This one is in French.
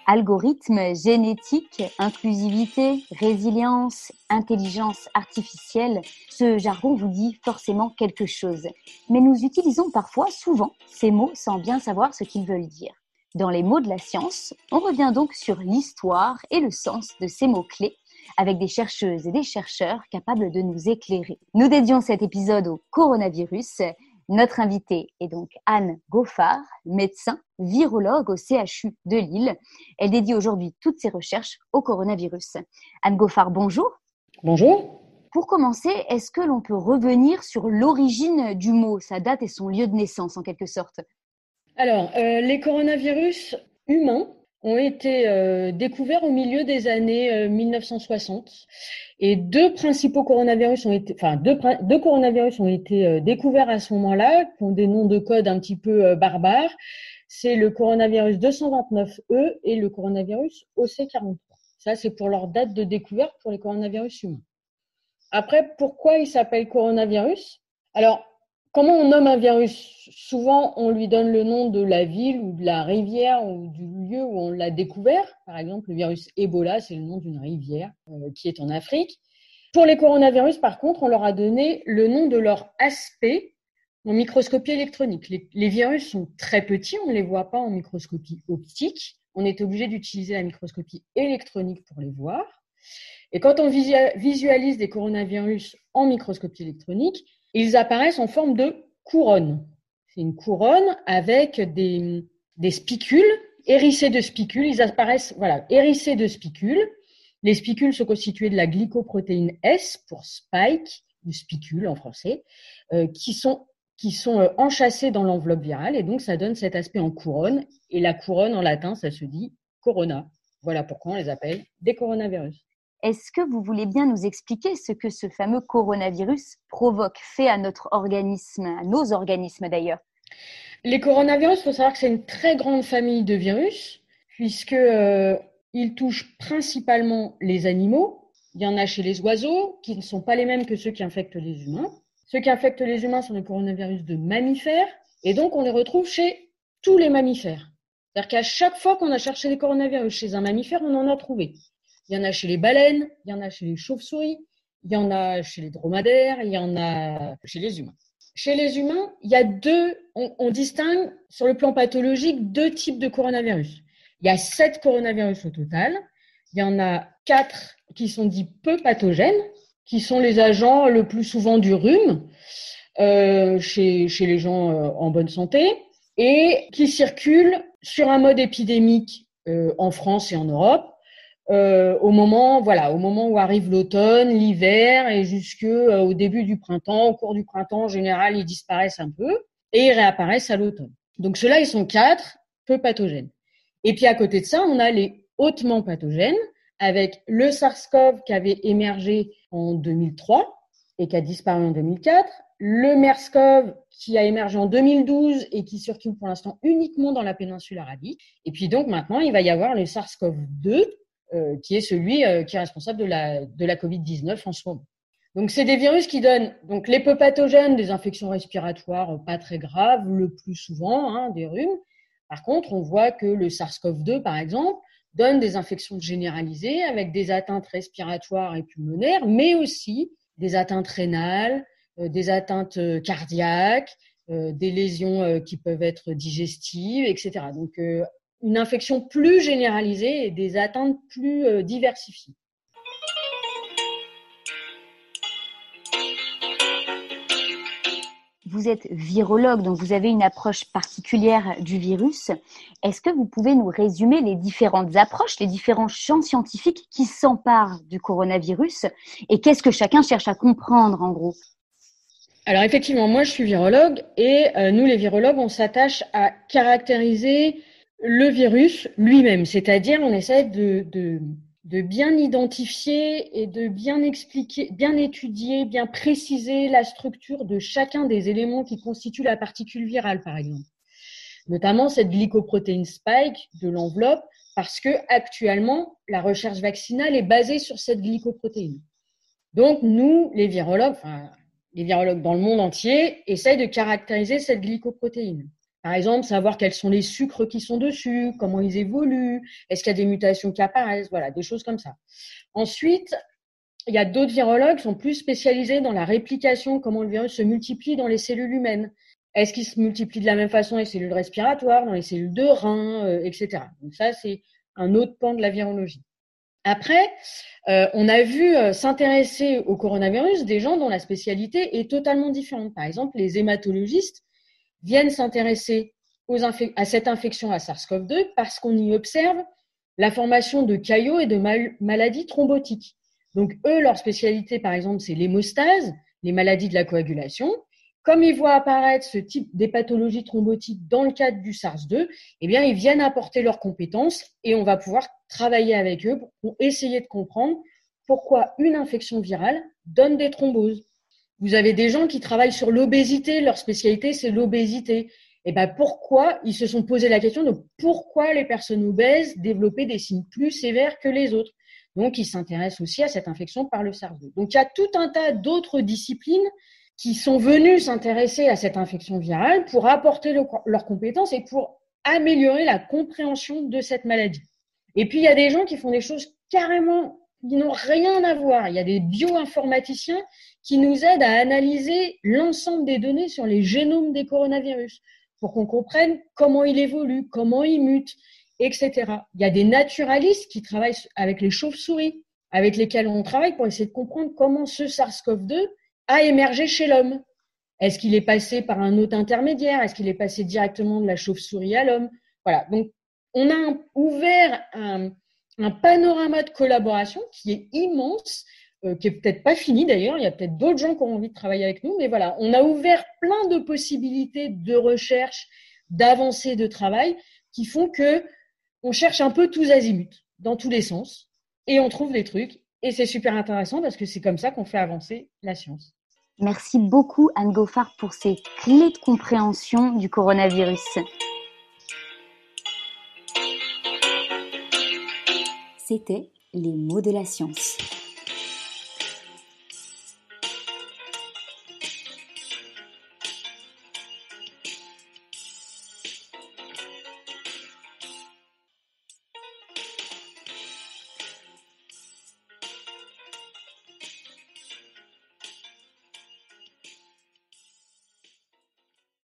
Algorithmes, génétique, inclusivité, résilience, intelligence artificielle, ce jargon vous dit forcément quelque chose. Mais nous utilisons parfois, souvent, ces mots sans bien savoir ce qu'ils veulent dire. Dans les mots de la science, on revient donc sur l'histoire et le sens de ces mots-clés, avec des chercheuses et des chercheurs capables de nous éclairer. Nous dédions cet épisode au coronavirus. Notre invitée est donc Anne Goffard, médecin, virologue au CHU de Lille. Elle dédie aujourd'hui toutes ses recherches au coronavirus. Anne Goffard, bonjour. Bonjour. Pour commencer, est-ce que l'on peut revenir sur l'origine du mot, sa date et son lieu de naissance en quelque sorte ? Alors, les coronavirus humains ont été découverts au milieu des années 1960 et deux coronavirus ont été découverts à ce moment-là, qui ont des noms de code un petit peu barbares. C'est le coronavirus 229E et le coronavirus OC43. Ça, c'est pour leur date de découverte pour les coronavirus humains. Après, pourquoi il s'appelle coronavirus ? Alors, comment on nomme un virus ? Souvent, on lui donne le nom de la ville ou de la rivière ou du lieu où on l'a découvert. Par exemple, le virus Ebola, c'est le nom d'une rivière qui est en Afrique. Pour les coronavirus, par contre, on leur a donné le nom de leur aspect en microscopie électronique. Les virus sont très petits, on ne les voit pas en microscopie optique. On est obligé d'utiliser la microscopie électronique pour les voir. Et quand on visualise des coronavirus en microscopie électronique, ils apparaissent en forme de couronne. C'est une couronne avec des spicules, hérissées de spicules. Ils apparaissent, hérissés de spicules. Les spicules sont constituées de la glycoprotéine S pour spike, ou spicule en français, qui sont enchâssées dans l'enveloppe virale. Et donc, ça donne cet aspect en couronne. Et la couronne, en latin, ça se dit corona. Voilà pourquoi on les appelle des coronavirus. Est-ce que vous voulez bien nous expliquer ce que ce fameux coronavirus fait à notre organisme, à nos organismes d'ailleurs ? Les coronavirus, il faut savoir que c'est une très grande famille de virus, puisqu'ils touchent principalement les animaux. Il y en a chez les oiseaux, qui ne sont pas les mêmes que ceux qui infectent les humains. Ceux qui infectent les humains sont des coronavirus de mammifères, et donc on les retrouve chez tous les mammifères. C'est-à-dire qu'à chaque fois qu'on a cherché des coronavirus chez un mammifère, on en a trouvé. Il y en a chez les baleines, il y en a chez les chauves-souris, il y en a chez les dromadaires, il y en a chez les humains. Chez les humains, il y a on distingue sur le plan pathologique deux types de coronavirus. Il y a 7 coronavirus au total. Il y en a 4 qui sont dits peu pathogènes, qui sont les agents le plus souvent du rhume chez les gens en bonne santé et qui circulent sur un mode épidémique en France et en Europe. Au moment où arrive l'automne, l'hiver et jusqu'au début du printemps. Au cours du printemps, en général, ils disparaissent un peu et ils réapparaissent à l'automne. Donc ceux-là, ils sont 4, peu pathogènes. Et puis à côté de ça, on a les hautement pathogènes avec le SARS-CoV qui avait émergé en 2003 et qui a disparu en 2004, le MERS-CoV qui a émergé en 2012 et qui circule pour l'instant uniquement dans la péninsule arabique. Et puis donc maintenant, il va y avoir le SARS-CoV-2 qui est celui qui est responsable de la Covid-19 en ce moment. Donc, c'est des virus qui donnent donc les peu pathogènes, des infections respiratoires pas très graves, le plus souvent, des rhumes. Par contre, on voit que le SARS-CoV-2, par exemple, donne des infections généralisées avec des atteintes respiratoires et pulmonaires, mais aussi des atteintes rénales, des atteintes cardiaques, des lésions qui peuvent être digestives, etc. Donc, une infection plus généralisée et des atteintes plus diversifiées. Vous êtes virologue, donc vous avez une approche particulière du virus. Est-ce que vous pouvez nous résumer les différentes approches, les différents champs scientifiques qui s'emparent du coronavirus et qu'est-ce que chacun cherche à comprendre en gros ? Alors effectivement, moi je suis virologue et nous les virologues, on s'attache à caractériser le virus lui-même, c'est-à-dire on essaie de bien identifier et de bien expliquer, bien étudier, bien préciser la structure de chacun des éléments qui constituent la particule virale, par exemple. Notamment cette glycoprotéine spike de l'enveloppe, parce que actuellement, la recherche vaccinale est basée sur cette glycoprotéine. Donc nous, les virologues dans le monde entier, essayent de caractériser cette glycoprotéine. Par exemple, savoir quels sont les sucres qui sont dessus, comment ils évoluent, est-ce qu'il y a des mutations qui apparaissent, voilà, des choses comme ça. Ensuite, il y a d'autres virologues qui sont plus spécialisés dans la réplication, comment le virus se multiplie dans les cellules humaines. Est-ce qu'il se multiplie de la même façon dans les cellules respiratoires, dans les cellules de rein, etc. Donc ça, c'est un autre pan de la virologie. Après, on a vu s'intéresser au coronavirus des gens dont la spécialité est totalement différente. Par exemple, les hématologistes viennent s'intéresser à cette infection à SARS-CoV-2 parce qu'on y observe la formation de caillots et de maladies thrombotiques. Donc, eux, leur spécialité, par exemple, c'est l'hémostase, les maladies de la coagulation. Comme ils voient apparaître ce type des pathologies thrombotiques dans le cadre du SARS-2, eh bien, ils viennent apporter leurs compétences et on va pouvoir travailler avec eux pour essayer de comprendre pourquoi une infection virale donne des thromboses. Vous avez des gens qui travaillent sur l'obésité, leur spécialité, c'est l'obésité. Et ben, pourquoi ils se sont posé la question de pourquoi les personnes obèses développaient des signes plus sévères que les autres. Donc, ils s'intéressent aussi à cette infection par le SARS-2. Donc, il y a tout un tas d'autres disciplines qui sont venus s'intéresser à cette infection virale pour apporter leurs compétences et pour améliorer la compréhension de cette maladie. Et puis, il y a des gens qui font des choses carrément qui n'ont rien à voir. Il y a des bioinformaticiens qui nous aident à analyser l'ensemble des données sur les génomes des coronavirus pour qu'on comprenne comment il évolue, comment il mute, etc. Il y a des naturalistes qui travaillent avec les chauves-souris, avec lesquels on travaille pour essayer de comprendre comment ce SARS-CoV-2 a émergé chez l'homme. Est-ce qu'il est passé par un hôte intermédiaire? Est-ce qu'il est passé directement de la chauve-souris à l'homme? Voilà. Donc, on a ouvert un panorama de collaboration qui est immense, qui est peut-être pas fini d'ailleurs. Il y a peut-être d'autres gens qui ont envie de travailler avec nous, mais voilà, on a ouvert plein de possibilités de recherche, d'avancée de travail qui font que on cherche un peu tous azimuts, dans tous les sens, et on trouve des trucs. Et c'est super intéressant parce que c'est comme ça qu'on fait avancer la science. Merci beaucoup Anne Goffard pour ces clés de compréhension du coronavirus. C'était les mots de la science.